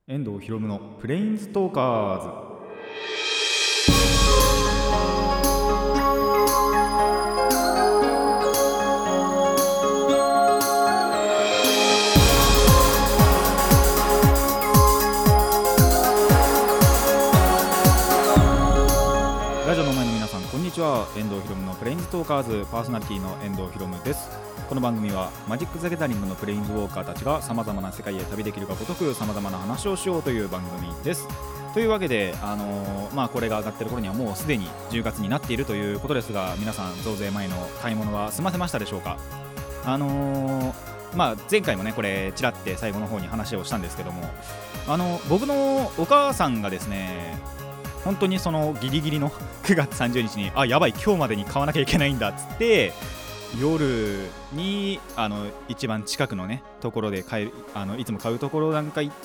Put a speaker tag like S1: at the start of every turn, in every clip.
S1: 遠藤ひろむのプレインズトーカーズ。ラジオの前の皆さん、こんにちは。遠藤ひろむのプレインズトーカーズパーソナリティの遠藤ひろむです。この番組はマジック・ザ・ギャザリングのプレインズウォーカーたちがさまざまな世界へ旅できるがごとくさまざまな話をしようという番組です。というわけで、これが上がってる頃にはもうすでに10月になっているということですが、皆さん増税前の買い物は済ませましたでしょうか。前回もねこれちらって最後の方に話をしたんですけども、僕のお母さんがですね、本当にそのギリギリの9月30日にやばい今日までに買わなきゃいけないんだっつって、夜に一番近くのねところでいつも買うところなんか行って、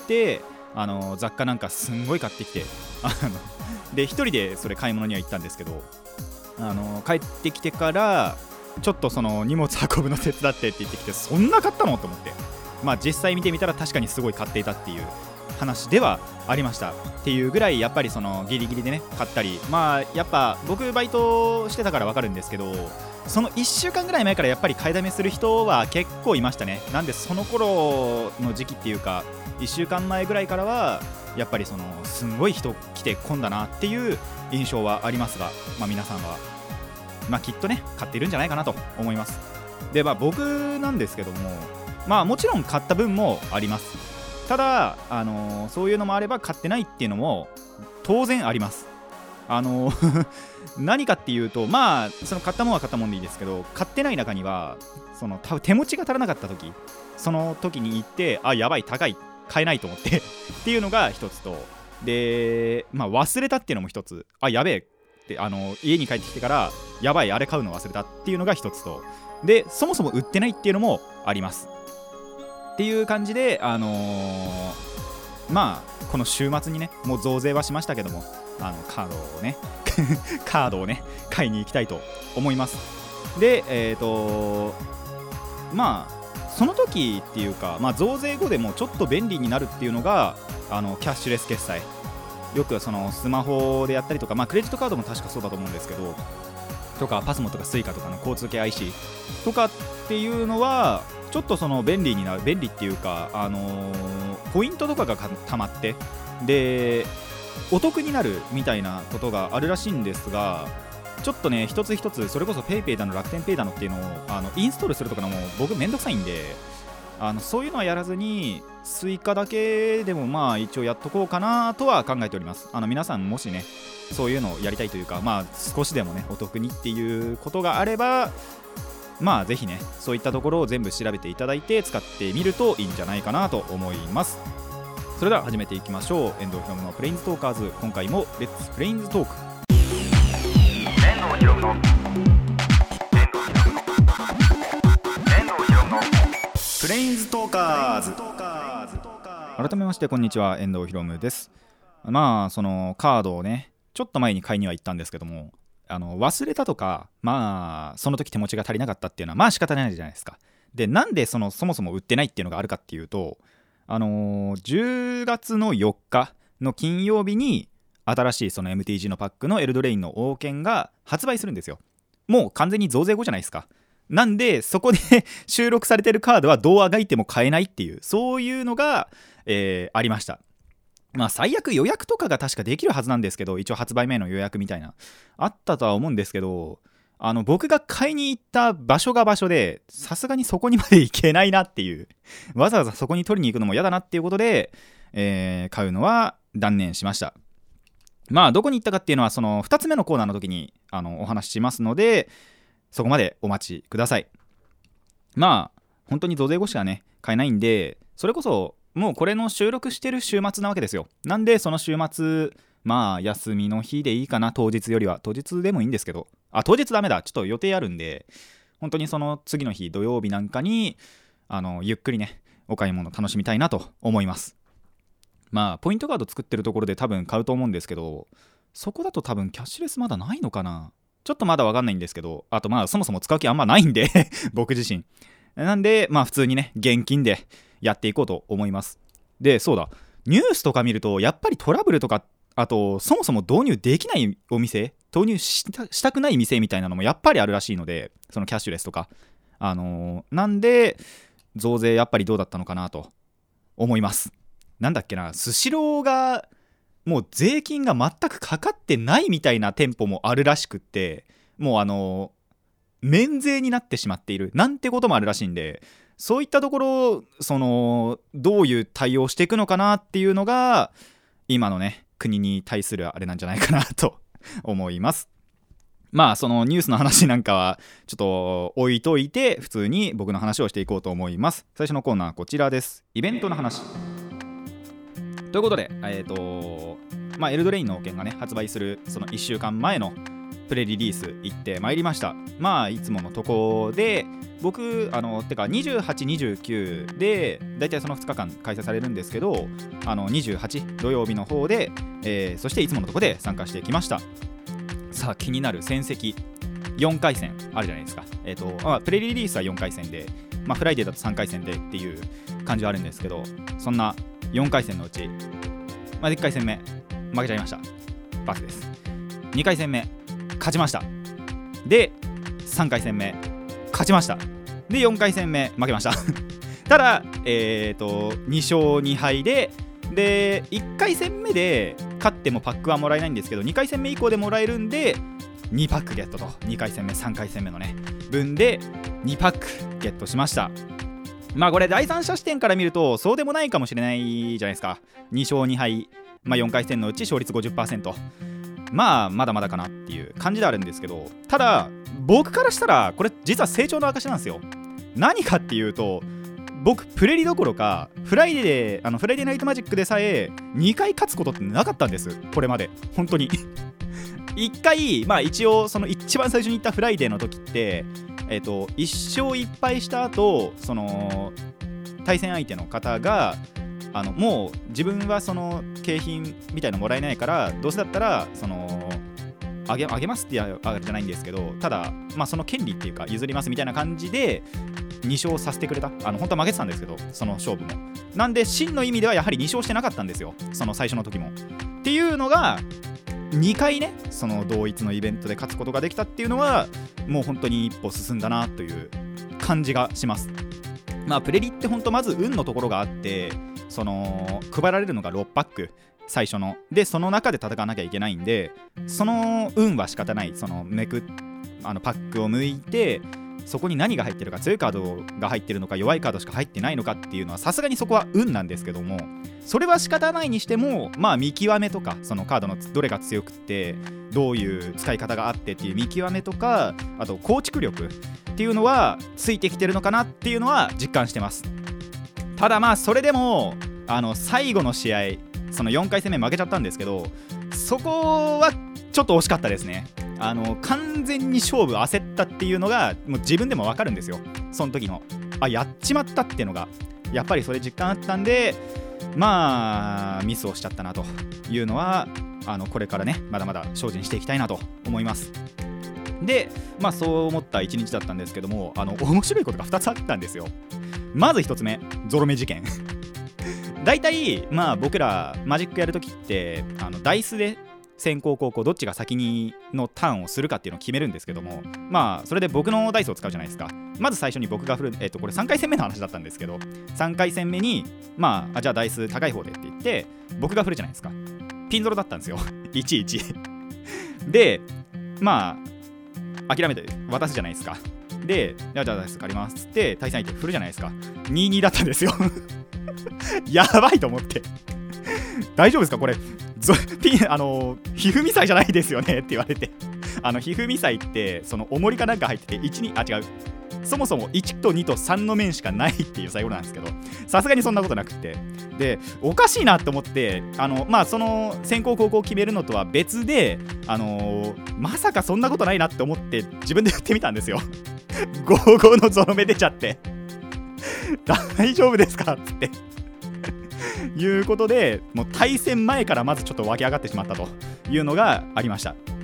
S1: 雑貨なんかすんごい買ってきてで一人でそれ買い物には行ったんですけど、帰ってきてからちょっとその荷物運ぶの手伝ってって言ってきて、そんな買ったのと思って、実際見てみたら確かにすごい買っていたっていう話ではありましたっていうぐらい、やっぱりそのギリギリでね買ったり、やっぱ僕バイトしてたから分かるんですけど、その1週間ぐらい前からやっぱり買いだめする人は結構いましたね。なんでその頃の時期っていうか1週間前ぐらいからはやっぱりそのすんごい人来て混んだなっていう印象はありますが、皆さんはきっとね買っているんじゃないかなと思います。で僕なんですけども、もちろん買った分もあります。ただそういうのもあれば買ってないっていうのも当然あります。何かっていうと、その買ったもんは買ったもんでいいですけど、買ってない中にはその多分手持ちが足らなかった時、その時に行ってやばい高い買えないと思ってっていうのが一つと、で忘れたっていうのも一つ、やべえって家に帰ってきてからやばいあれ買うの忘れたっていうのが一つと、でそもそも売ってないっていうのもありますっていう感じで、この週末にねもう増税はしましたけども、カードをね買いに行きたいと思います。でその時っていうか、増税後でもちょっと便利になるっていうのがキャッシュレス決済、よくそのスマホでやったりとか、クレジットカードも確かそうだと思うんですけど、とかパスモとかスイカとかの交通系 IC とかっていうのはちょっとその便利っていうか、ポイントとかがたまって、でお得になるみたいなことがあるらしいんですが、ちょっとね一つ一つそれこそ PayPay だの楽天 Pay だのっていうのをインストールするとかのも僕めんどくさいんで、そういうのはやらずにスイカだけでも一応やっとこうかなとは考えております。皆さんもしねそういうのをやりたいというか、少しでもねお得にっていうことがあれば、ぜひねそういったところを全部調べていただいて使ってみるといいんじゃないかなと思います。それでは始めていきましょう。遠藤ひろむのプレインズトーカーズ、今回もレッツプレインズトーク。遠藤ひろむのプレインズトーカーズ。改めましてこんにちは、遠藤ひろむです。そのカードをねちょっと前に買いには行ったんですけども、忘れたとかその時手持ちが足りなかったっていうのは仕方ないじゃないですか。でなんでそもそも売ってないっていうのがあるかっていうと、10月の4日の金曜日に新しいその MTG のパックのエルドレインの王権が発売するんですよ。もう完全に増税後じゃないですか。なんでそこで収録されてるカードはどうあがいても買えないっていう、そういうのが、ありました。最悪予約とかが確かできるはずなんですけど、一応発売前の予約みたいなあったとは思うんですけど、僕が買いに行った場所が場所で、さすがにそこにまで行けないなっていう、わざわざそこに取りに行くのも嫌だなっていうことで、買うのは断念しました。どこに行ったかっていうのはその2つ目のコーナーの時にお話ししますので、そこまでお待ちください。本当に増税後しかね買えないんで、それこそもうこれの収録してる週末なわけですよ。なんでその週末休みの日でいいかな、当日よりは。当日でもいいんですけど、当日ダメだ、ちょっと予定あるんで、本当にその次の日土曜日なんかにゆっくりねお買い物楽しみたいなと思います。ポイントカード作ってるところで多分買うと思うんですけど、そこだと多分キャッシュレスまだないのかな、ちょっとまだ分かんないんですけど、あとそもそも使う気あんまないんで僕自身なんで普通にね現金でやっていこうと思います。でそうだ、 ニュースとか見るとやっぱりトラブルとか、あとそもそも導入できないお店、導入したくない店みたいなのもやっぱりあるらしいので、そのキャッシュレスとか、なんで増税やっぱりどうだったのかなと思います。なんだっけな、スシローがもう税金が全くかかってないみたいな店舗もあるらしくって、もう免税になってしまっているなんてこともあるらしいんで、そういったところどういう対応していくのかなっていうのが今のね国に対するあれなんじゃないかなと思います。まあそのニュースの話なんかはちょっと置いといて、普通に僕の話をしていこうと思います。最初のコーナーはこちらです。イベントの話ということで、エルドレインの件がね発売するその1週間前のプレリリース行ってまいりました。まあいつものとこで僕てか28、29でだいたいその2日間開催されるんですけど、28土曜日の方で、そしていつものとこで参加してきました。さあ気になる戦績、4回戦あるじゃないですか。プレリリースは4回戦で、フライデーだと3回戦でっていう感じはあるんですけど、そんな4回戦のうち、1回戦目負けちゃいました。バツです。2回戦目勝ちました。で3回戦目勝ちました。で4回戦目負けましたただ2勝2敗で1回戦目で勝ってもパックはもらえないんですけど、2回戦目以降でもらえるんで2パックゲットと、2回戦目3回戦目のね分で2パックゲットしました。これ第三者視点から見るとそうでもないかもしれないじゃないですか。2勝2敗、4回戦のうち勝率 50%、まだまだかなっていう感じであるんですけど、ただ僕からしたらこれ実は成長の証なんですよ。何かっていうと、僕プレリどころかフライデーナイトマジックでさえ2回勝つことってなかったんです、これまで。本当に1回、一応その一番最初に言ったフライデーの時って、1勝1敗した後、その対戦相手の方がもう自分はその景品みたいのもらえないから、どうせだったらあげますっていうあれじゃないんですけど、ただその権利っていうか譲りますみたいな感じで2勝させてくれた。本当は負けてたんですけど、その勝負もなんで真の意味ではやはり2勝してなかったんですよ、その最初の時も。っていうのが2回ね、その同一のイベントで勝つことができたっていうのはもう本当に一歩進んだなという感じがします。プレリって本当まず運のところがあって、その配られるのが6パック最初ので、その中で戦わなきゃいけないんで、その運は仕方ない。そのパックを剥いて、そこに何が入ってるか、強いカードが入ってるのか弱いカードしか入ってないのかっていうのはさすがにそこは運なんですけども、それは仕方ないにしても見極めとか、そのカードのどれが強くってどういう使い方があってっていう見極めとか、あと構築力っていうのはついてきてるのかなっていうのは実感してます。ただそれでも最後の試合、その4回戦目負けちゃったんですけど、そこはちょっと惜しかったですね。完全に勝負焦ったっていうのがもう自分でも分かるんですよ。その時のやっちまったっていうのがやっぱりそれ実感あったんで、ミスをしちゃったなというのはこれからねまだまだ精進していきたいなと思います。でそう思った一日だったんですけども、面白いことが2つあったんですよ。まず1つ目、ゾロ目事件だいたい僕らマジックやるときってダイスで先攻後攻どっちが先にのターンをするかっていうのを決めるんですけども、それで僕のダイスを使うじゃないですか。まず最初に僕が振る、これ3回戦目の話だったんですけど、3回戦目にじゃあダイス高い方でって言って僕が振るじゃないですか。ピンゾロだったんですよ11で諦めて渡すじゃないですか。でじゃあダイス借りますって対戦相手振るじゃないですか。22だったんですよやばいと思って大丈夫ですかこれひふみ祭じゃないですよねって言われてひふみ祭ってその重りかなんか入ってて違う、そもそも1と2と3の面しかないっていうサイコロなんですけど、さすがにそんなことなくて、でおかしいなと思ってその先攻後攻を決めるのとは別でまさかそんなことないなって思って自分で振ってみたんですよ55のゾロ目出ちゃって大丈夫ですかっつっていうことで、もう対戦前からまずちょっと湧き上がってしまったというのがありました。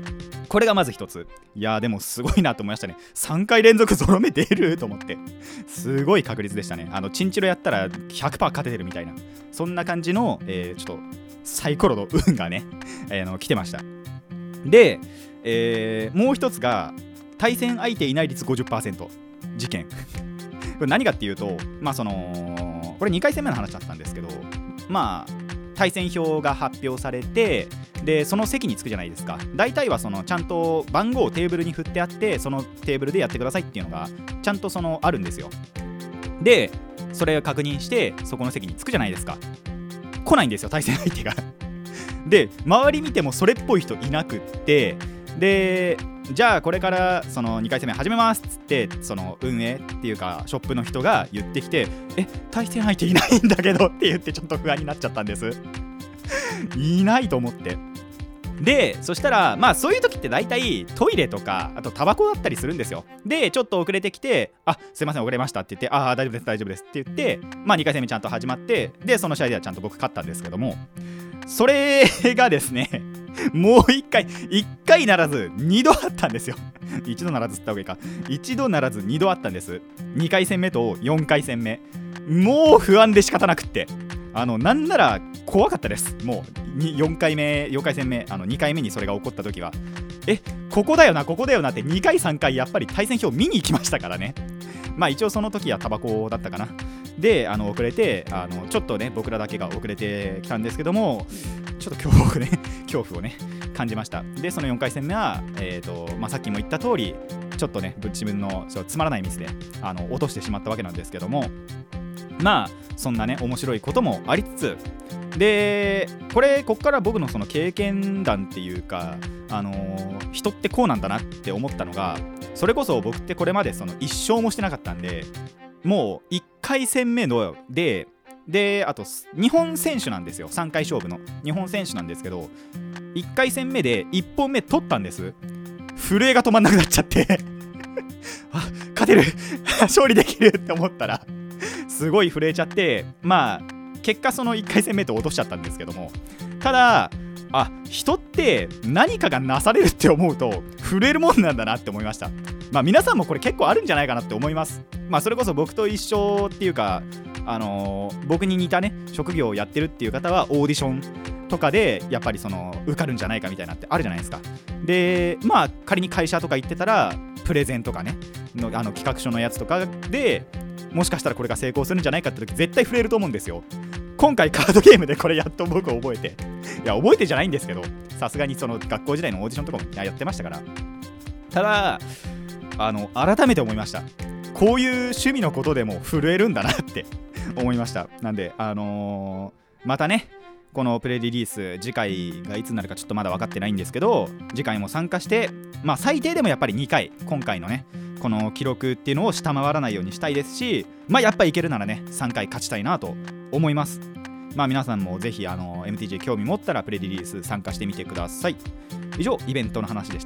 S1: これがまず一つ。いやでもすごいなと思いましたね。3回連続ゾロ目出ると思って、すごい確率でしたね。チンチロやったら 100% 勝ててるみたいな、そんな感じの、ちょっとサイコロの運がね、来てました。で、もう一つが対戦相手いない率 50% 事件これ何かっていうと、これ2回戦目の話だったんですけど、対戦表が発表されて、でその席に着くじゃないですか。大体はちゃんと番号をテーブルに振ってあって、そのテーブルでやってくださいっていうのがちゃんとあるんですよ。でそれを確認してそこの席に着くじゃないですか。来ないんですよ、対戦相手がで周り見てもそれっぽい人いなくって、でじゃあこれから2回戦目始めますっつって、運営っていうかショップの人が言ってきて、対戦相手いないんだけどって言って、ちょっと不安になっちゃったんですいないと思って。でそしたらそういう時って大体トイレとかあとタバコだったりするんですよ。でちょっと遅れてきて、すいません遅れましたって言って、大丈夫です大丈夫ですって言って、2回戦目ちゃんと始まって、でその試合ではちゃんと僕勝ったんですけども、それがですねもう1回ならず2度あったんですよ一度ならずって言った方がいいか、一度ならず2度あったんです。2回戦目と4回戦目、もう不安で仕方なくって、なんなら怖かったです。もう4回戦目2回目にそれが起こった時は、ここだよなって2回3回やっぱり対戦表見に行きましたからね。一応その時はタバコだったかな。で遅れてちょっとね僕らだけが遅れてきたんですけども、ちょっと恐怖をね感じました。でその4回戦目は、さっきも言った通りちょっとね自分のつまらないミスで落としてしまったわけなんですけども、そんなね面白いこともありつつで、こっから僕のその経験談っていうか、人ってこうなんだなって思ったのが、それこそ僕ってこれまで一勝もしてなかったんで、もう1回戦目のであと日本選手なんですよ。3回勝負の日本選手なんですけど、1回戦目で1本目取ったんです。震えが止まんなくなっちゃって勝てる勝利できるって思ったらすごい震えちゃって、結果その1回戦目と落としちゃったんですけども、ただ人って何かがなされるって思うと震えるもんなんだなって思いました。皆さんもこれ結構あるんじゃないかなって思います。それこそ僕と一緒っていうか、僕に似たね職業をやってるっていう方はオーディションとかでやっぱり受かるんじゃないかみたいなってあるじゃないですか。で仮に会社とか行ってたらプレゼンとかねの企画書のやつとかでもしかしたらこれが成功するんじゃないかって時絶対触れると思うんですよ。今回カードゲームでこれやっと僕覚えて、いや覚えてじゃないんですけど、さすがに学校時代のオーディションとかもやってましたから。ただ改めて思いました。こういう趣味のことでも震えるんだなって思いました。なんでまたねこのプレリリース次回がいつになるかちょっとまだ分かってないんですけど、次回も参加して最低でもやっぱり2回今回のねこの記録っていうのを下回らないようにしたいですし、やっぱいけるならね3回勝ちたいなと思います。皆さんもぜひMTG 興味持ったらプレリリース参加してみてください。以上イベントの話でした。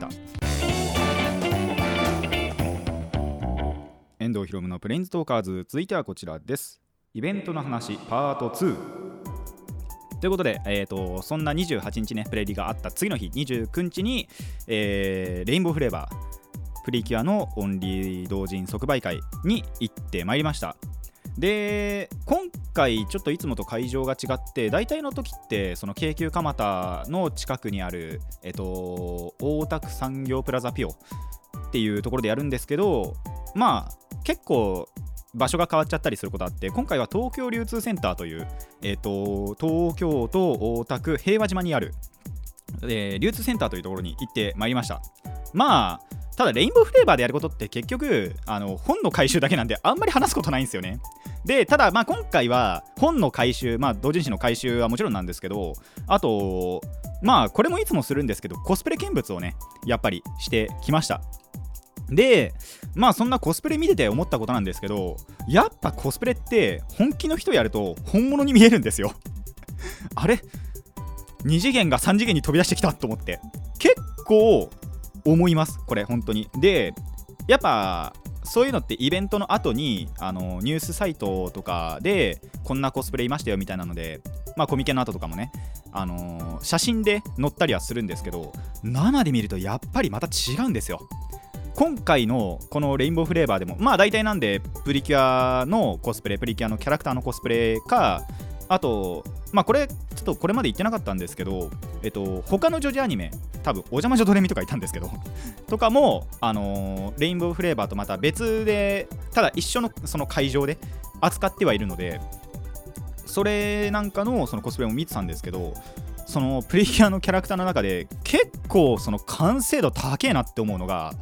S1: 遠藤ひろむのプレインズトーカーズ、続いてはこちらです。イベントの話パート2ということで、そんな28日ねプレリがあった次の日29日に、レインボーフレーバープリキュアのオンリー同人即売会に行ってまいりました。で今回ちょっといつもと会場が違って、大体の時ってその京急蒲田の近くにある、大田区産業プラザピオっていうところでやるんですけど、結構場所が変わっちゃったりすることあって、今回は東京流通センターという、東京都大田区平和島にある、流通センターというところに行ってまいりました。ただレインボーフレーバーでやることって結局本の回収だけなんであんまり話すことないんですよね。でただ今回は本の回収、同人誌の回収はもちろんなんですけど、あとこれもいつもするんですけどコスプレ見物をねやっぱりしてきました。でそんなコスプレ見てて思ったことなんですけど、やっぱコスプレって本気の人やると本物に見えるんですよあれ2次元が3次元に飛び出してきたと思って、結構思いますこれ本当に。でやっぱそういうのってイベントの後にニュースサイトとかでこんなコスプレいましたよみたいなので、コミケの後とかもね写真で載ったりはするんですけど、生で見るとやっぱりまた違うんですよ。今回のこのレインボーフレーバーでも大体なんでプリキュアのコスプレ、プリキュアのキャラクターのコスプレか、あとこれちょっとこれまで言ってなかったんですけど、他の女児アニメ、多分お邪魔女ドレミとかいたんですけどとかもレインボーフレーバーとまた別で、ただ一緒のその会場で扱ってはいるので、それなんかのそのコスプレも見てたんですけど、そのプリキュアのキャラクターの中で結構その完成度高えなって思うのが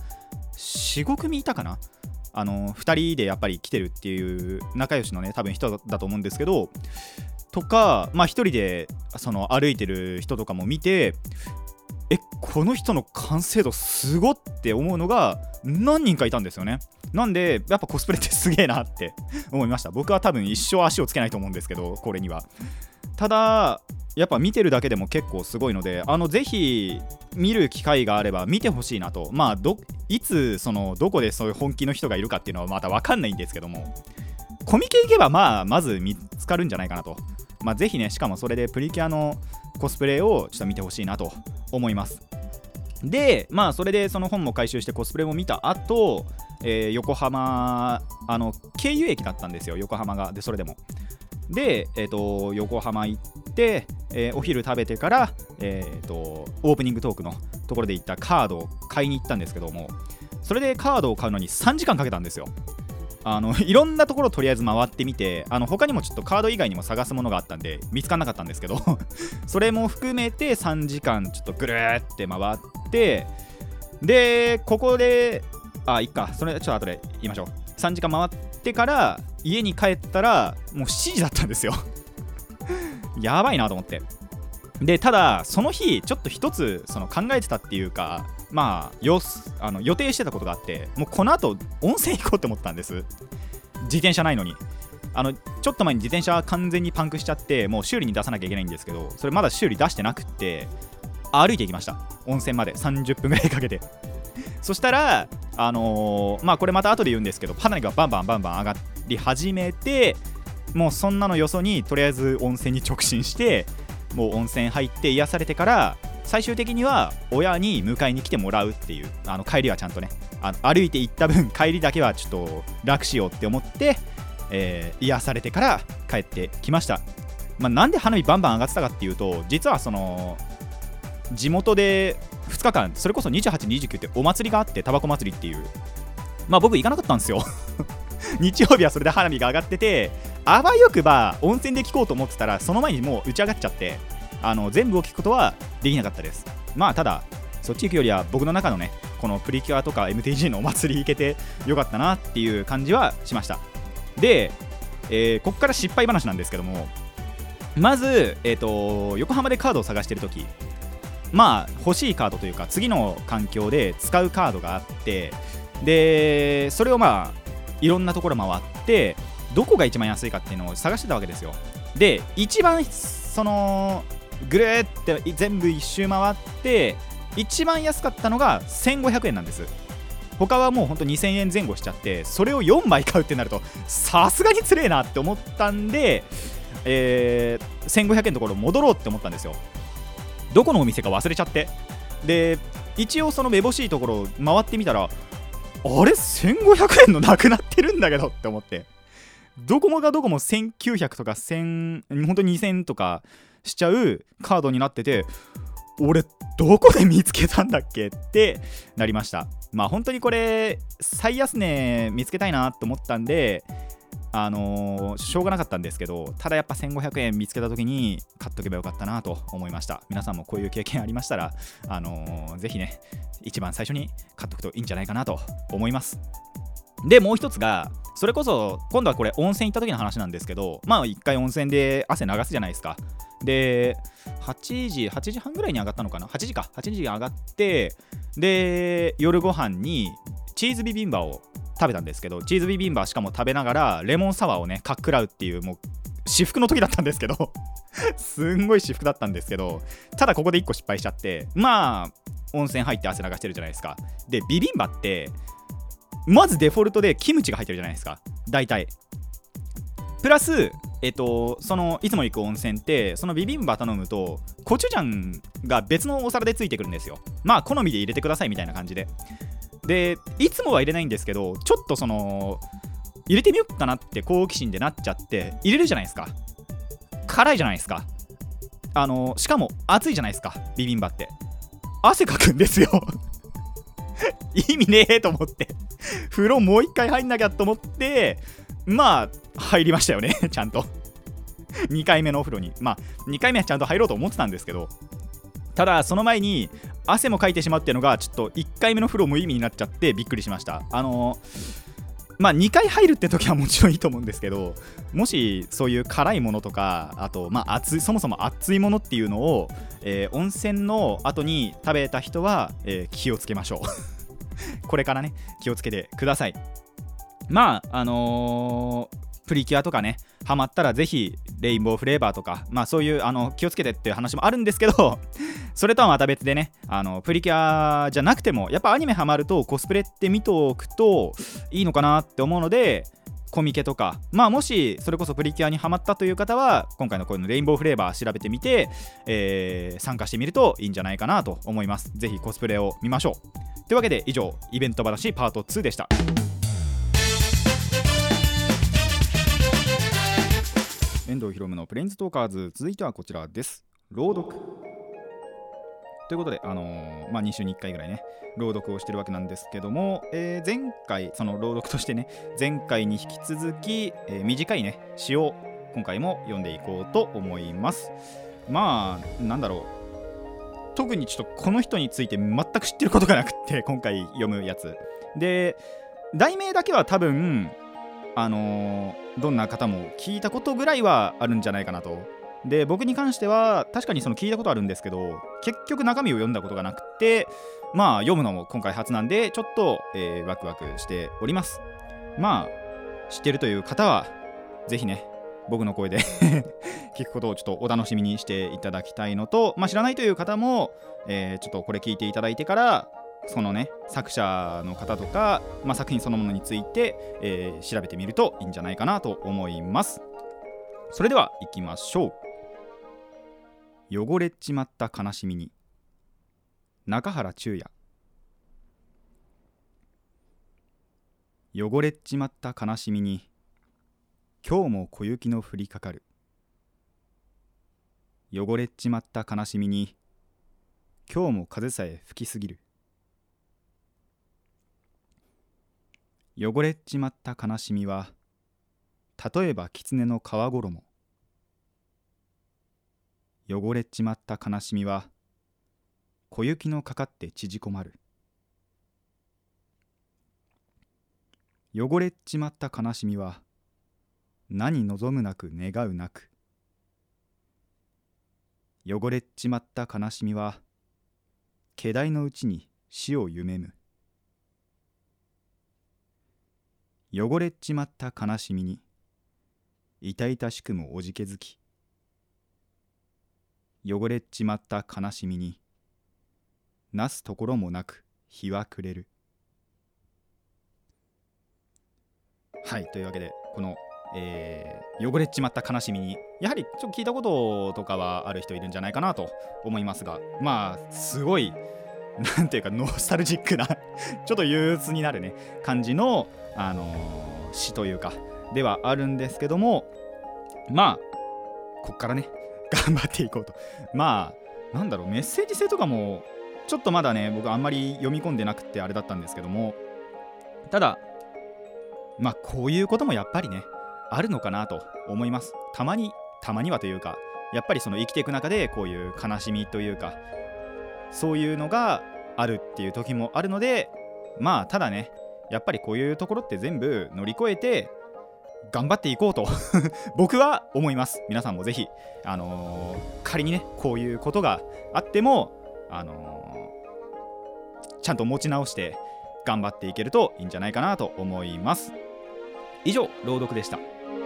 S1: 4,5 組いたかな。2人でやっぱり来てるっていう仲良しのね多分人だと思うんですけど、とか1人でその歩いてる人とかも見て、この人の完成度すごって思うのが何人かいたんですよね。なんでやっぱコスプレってすげえなって思いました。僕は多分一生足をつけないと思うんですけど、これには。ただやっぱ見てるだけでも結構すごいので、ぜひ見る機会があれば見てほしいなと。いつどこでそういう本気の人がいるかっていうのはまた分かんないんですけども、コミケ行けばまず見つかるんじゃないかなと。ぜひね、しかもそれでプリキュアのコスプレをちょっと見てほしいなと思います。でそれでその本も回収してコスプレも見た後、横浜経由駅だったんですよ、横浜が。でそれでもで、横浜行って、お昼食べてから、オープニングトークのところで行ったカードを買いに行ったんですけども、それでカードを買うのに3時間かけたんですよ。いろんなところとりあえず回ってみて、他にもちょっとカード以外にも探すものがあったんで見つからなかったんですけどそれも含めて3時間ちょっとぐるーって回って、でここでいっか、それちょっと後で言いましょう。3時間回ってから家に帰ったらもう7時だったんですよやばいなと思って。でただその日ちょっと一つ考えてたっていうか、予定してたことがあって、もうこの後温泉行こうって思ったんです。自転車ないのに。ちょっと前に自転車完全にパンクしちゃって、もう修理に出さなきゃいけないんですけど、それまだ修理出してなくって歩いていきました、温泉まで30分ぐらいかけてそしたらこれまた後で言うんですけど、花火がバンバン上がり始めて、もうそんなのよそにとりあえず温泉に直進して、もう温泉入って癒されてから、最終的には親に迎えに来てもらうっていう、帰りはちゃんとね歩いて行った分帰りだけはちょっと楽しようって思って、癒されてから帰ってきました。なんで花火バンバン上がってたかっていうと、実は地元で2日間、それこそ28、29ってお祭りがあって、タバコ祭りっていう、僕行かなかったんですよ日曜日はそれで花火が上がってて、あわよくば温泉で聞こうと思ってたら、その前にもう打ち上がっちゃって、全部を聞くことはできなかったです。ただそっち行くよりは僕の中のね、このプリキュアとか MTG のお祭り行けてよかったなっていう感じはしました。で、こっから失敗話なんですけども、まず、横浜でカードを探してるとき、欲しいカードというか次の環境で使うカードがあって、でそれをいろんなところ回ってどこが一番安いかっていうのを探してたわけですよ。で一番ぐるーって全部一周回って一番安かったのが1500円なんです。他はもうほんと2000円前後しちゃって、それを4枚買うってなるとさすがにつれえなって思ったんで、1500円のところ戻ろうって思ったんですよ。どこのお店か忘れちゃって、で一応そのめぼしいところを回ってみたら、あれ1500円のなくなってるんだけどって思って、どこもがどこも1900とか1000、本当に2000とかしちゃうカードになってて、俺どこで見つけたんだっけってなりました。本当にこれ最安値見つけたいなと思ったんで、しょうがなかったんですけど、ただやっぱ1500円見つけた時に買っとけばよかったなと思いました。皆さんもこういう経験ありましたら、ぜひね一番最初に買っとくといいんじゃないかなと思います。でもう一つが、それこそ今度はこれ温泉行った時の話なんですけど、一回温泉で汗流すじゃないですか。で8時半ぐらいに上がったのかな、8時に上がって、で夜ご飯にチーズビビンバを食べたんですけど、チーズビビンバしかも食べながらレモンサワーをねかっくらうっていう、もう至福の時だったんですけどすんごい至福だったんですけど、ただここで1個失敗しちゃって、温泉入って汗流してるじゃないですか。でビビンバってまずデフォルトでキムチが入ってるじゃないですか、大体。 プラスそのいつも行く温泉ってそのビビンバ頼むとコチュジャンが別のお皿でついてくるんですよ。まあ好みで入れてくださいみたいな感じで、いつもは入れないんですけど、ちょっとその入れてみようかなって好奇心でなっちゃって入れるじゃないですか。辛いじゃないですか。しかも熱いじゃないですか。ビビンバって汗かくんですよ意味ねえと思って風呂もう一回入んなきゃと思って、まあ入りましたよねちゃんと2回目のお風呂に。まあ2回目はちゃんと入ろうと思ってたんですけど、ただその前に汗もかいてしまうっていうのがちょっと1回目の風呂無意味になっちゃってびっくりしました。まあ2回入るって時はもちろんいいと思うんですけど、もしそういう辛いものとか、あとまあそもそも熱いものっていうのを、温泉の後に食べた人は、気をつけましょうこれからね気をつけてください。まあプリキュアとかねハマったらぜひレインボーフレーバーとか、まあそういう気をつけてっていう話もあるんですけどそれとはまた別でね、プリキュアじゃなくてもやっぱアニメハマるとコスプレって見ておくといいのかなって思うので、コミケとか、まあもしそれこそプリキュアにハマったという方は今回のこのレインボーフレーバー調べてみて、参加してみるといいんじゃないかなと思います。ぜひコスプレを見ましょう。というわけで以上イベント話パート2でした。遠藤ひろむのプレインズトーカーズ、続いてはこちらです。朗読ということで、まあ、2週に1回ぐらいね朗読をしてるわけなんですけども、前回その朗読としてね前回に引き続き、短いね詩を今回も読んでいこうと思います。まあなんだろう、特にちょっとこの人について全く知ってることがなくって今回読むやつで、題名だけは多分どんな方も聞いたことぐらいはあるんじゃないかなと。で僕に関しては確かにその聞いたことあるんですけど、結局中身を読んだことがなくて、まあ読むのも今回初なんでちょっと、ワクワクしております。まあ知ってるという方はぜひね僕の声で聞くことをちょっとお楽しみにしていただきたいのと、まあ知らないという方も、ちょっとこれ聞いていただいてからそのね作者の方とか、まあ、作品そのものについて、調べてみるといいんじゃないかなと思います。それでは行きましょう。汚れっちまった悲しみに、中原中也。汚れっちまった悲しみに、今日も小雪の降りかかる。汚れっちまった悲しみに、今日も風さえ吹きすぎる。汚れっちまった悲しみは、例えば狐の皮衣。汚れっちまった悲しみは、小雪のかかって縮こまる。汚れっちまった悲しみは、何望むなく願うなく。汚れっちまった悲しみは、気代のうちに死を夢む。汚れっちまった悲しみに、痛々しくもおじけづき。汚れっちまった悲しみに、なすところもなく日は暮れる。はい、というわけでこの、汚れっちまった悲しみに、やはりちょっと聞いたこととかはある人いるんじゃないかなと思いますが、まあすごいなんていうかノスタルジックなちょっと憂鬱になるね感じの、詩というかではあるんですけども、まあこっからね頑張っていこうと。まあなんだろう、メッセージ性とかもちょっとまだね僕あんまり読み込んでなくてあれだったんですけども、ただまあこういうこともやっぱりねあるのかなと思います。たまにはというか、やっぱりその生きていく中でこういう悲しみというかそういうのがあるっていう時もあるので、まあただねやっぱりこういうところって全部乗り越えて頑張っていこうと僕は思います。皆さんもぜひ、仮にねこういうことがあっても、ちゃんと持ち直して頑張っていけるといいんじゃないかなと思います。以上朗読でした。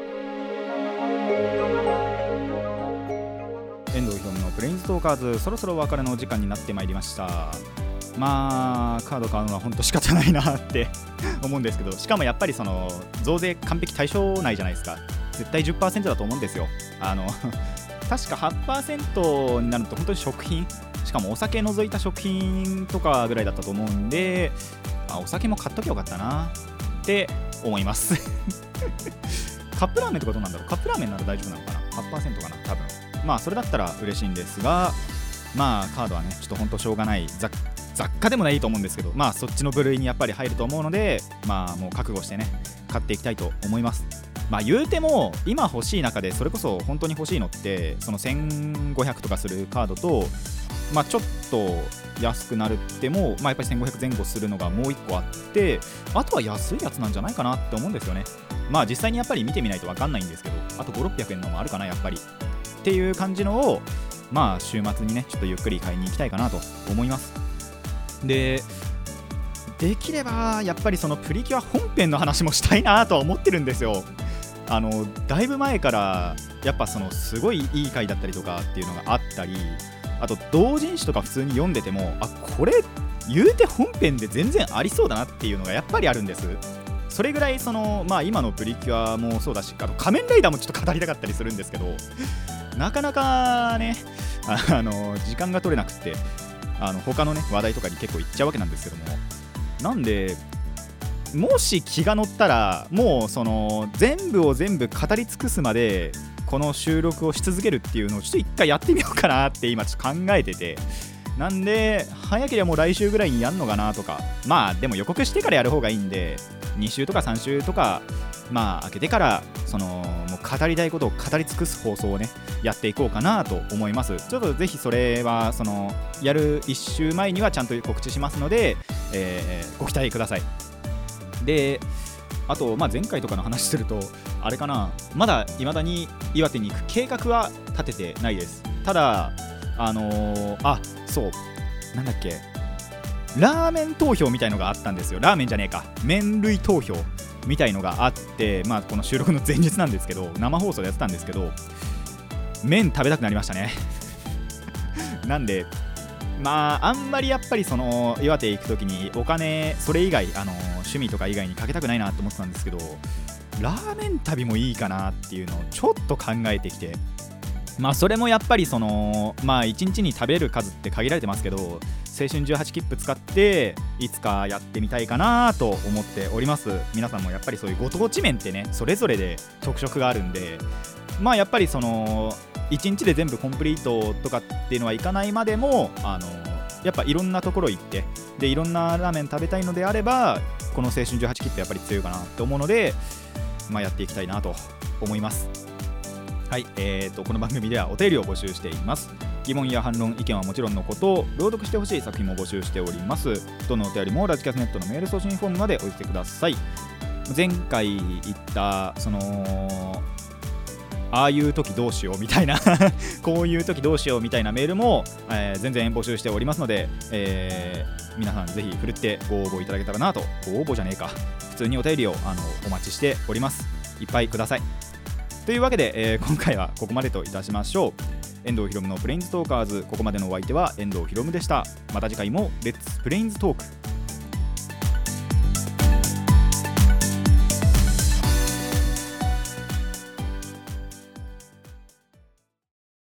S1: 遠藤ひろむのプレインズトーカーズ、そろそろお別れの時間になってまいりました。まあカード買うのは本当仕方ないなって思うんですけど、しかもやっぱりその増税完璧対象内じゃないですか。 絶対 10% だと思うんですよ。確か 8% になると本当に食品、しかもお酒除いた食品とかぐらいだったと思うんで、お酒も買っときゃよかったなって思いますカップラーメンとかどうなんだろう。カップラーメンなら大丈夫なのかな。 8% かな多分。まあそれだったら嬉しいんですが、まあカードはねちょっと本当しょうがない、雑貨でもないと思うんですけど、まあそっちの部類にやっぱり入ると思うので、まあもう覚悟してね買っていきたいと思います。まあ言うても今欲しい中でそれこそ本当に欲しいのってその1500とかするカードと、まあちょっと安くなるっても、まあやっぱり1500前後するのがもう1個あって、あとは安いやつなんじゃないかなって思うんですよね。まあ実際にやっぱり見てみないと分かんないんですけど、あと5、600円のもあるかなやっぱりっていう感じのを、まあ週末にねちょっとゆっくり買いに行きたいかなと思います。できればやっぱりそのプリキュア本編の話もしたいなとは思ってるんですよ。だいぶ前からやっぱそのすごいいい回だったりとかっていうのがあったり、あと同人誌とか普通に読んでても、これ言うて本編で全然ありそうだなっていうのがやっぱりあるんです。それぐらいその、まあ、今のプリキュアもそうだし、あと仮面ライダーもちょっと語りたかったりするんですけど、なかなかね時間が取れなくって他のね話題とかに結構いっちゃうわけなんですけども、なんでもし気が乗ったらもうその全部を全部語り尽くすまでこの収録をし続けるっていうのをちょっと一回やってみようかなって今ちょっと考えてて、なんで早ければもう来週ぐらいにやんのかなとか、まあでも予告してからやる方がいいんで2週とか3週とかまあ開けてからそのもう語りたいことを語り尽くす放送をねやっていこうかなと思います。ちょっとぜひそれはそのやる1週前にはちゃんと告知しますので、ご期待ください。であと、まあ、前回とかの話するとあれかな、まだ未だに岩手に行く計画は立ててないです。ただそうなんだっけ、ラーメン投票みたいのがあったんですよ。ラーメンじゃねえか、麺類投票みたいのがあって、まあこの収録の前日なんですけど生放送でやってたんですけど、麺食べたくなりましたねなんでまああんまりやっぱりその岩手行くときにお金それ以外趣味とか以外にかけたくないなと思ってたんですけど、ラーメン旅もいいかなっていうのをちょっと考えてきて、まあそれもやっぱりそのまあ1日に食べる数って限られてますけど、青春18切符使っていつかやってみたいかなと思っております。皆さんもやっぱりそういうご当地麺ってねそれぞれで特色があるんで、まあやっぱりその1日で全部コンプリートとかっていうのはいかないまでもやっぱいろんなところ行ってでいろんなラーメン食べたいのであればこの青春18切符やっぱり強いかなと思うので、まあやっていきたいなと思います。はい、この番組ではお便りを募集しています。疑問や反論、意見はもちろんのこと、朗読してほしい作品も募集しております。どのお便りもラジキャスネットのメール送信フォームまでお寄せください。前回言ったそのああいう時どうしようみたいなこういう時どうしようみたいなメールも、全然募集しておりますので、皆さんぜひふるってご応募いただけたらなと。ご応募じゃねえか、普通にお便りをお待ちしております。いっぱいください。というわけで、今回はここまでといたしましょう。遠藤ひろむのプレインズトーカーズ、ここまでのお相手は遠藤ひろむでした。また次回もレッツプレインズトーク。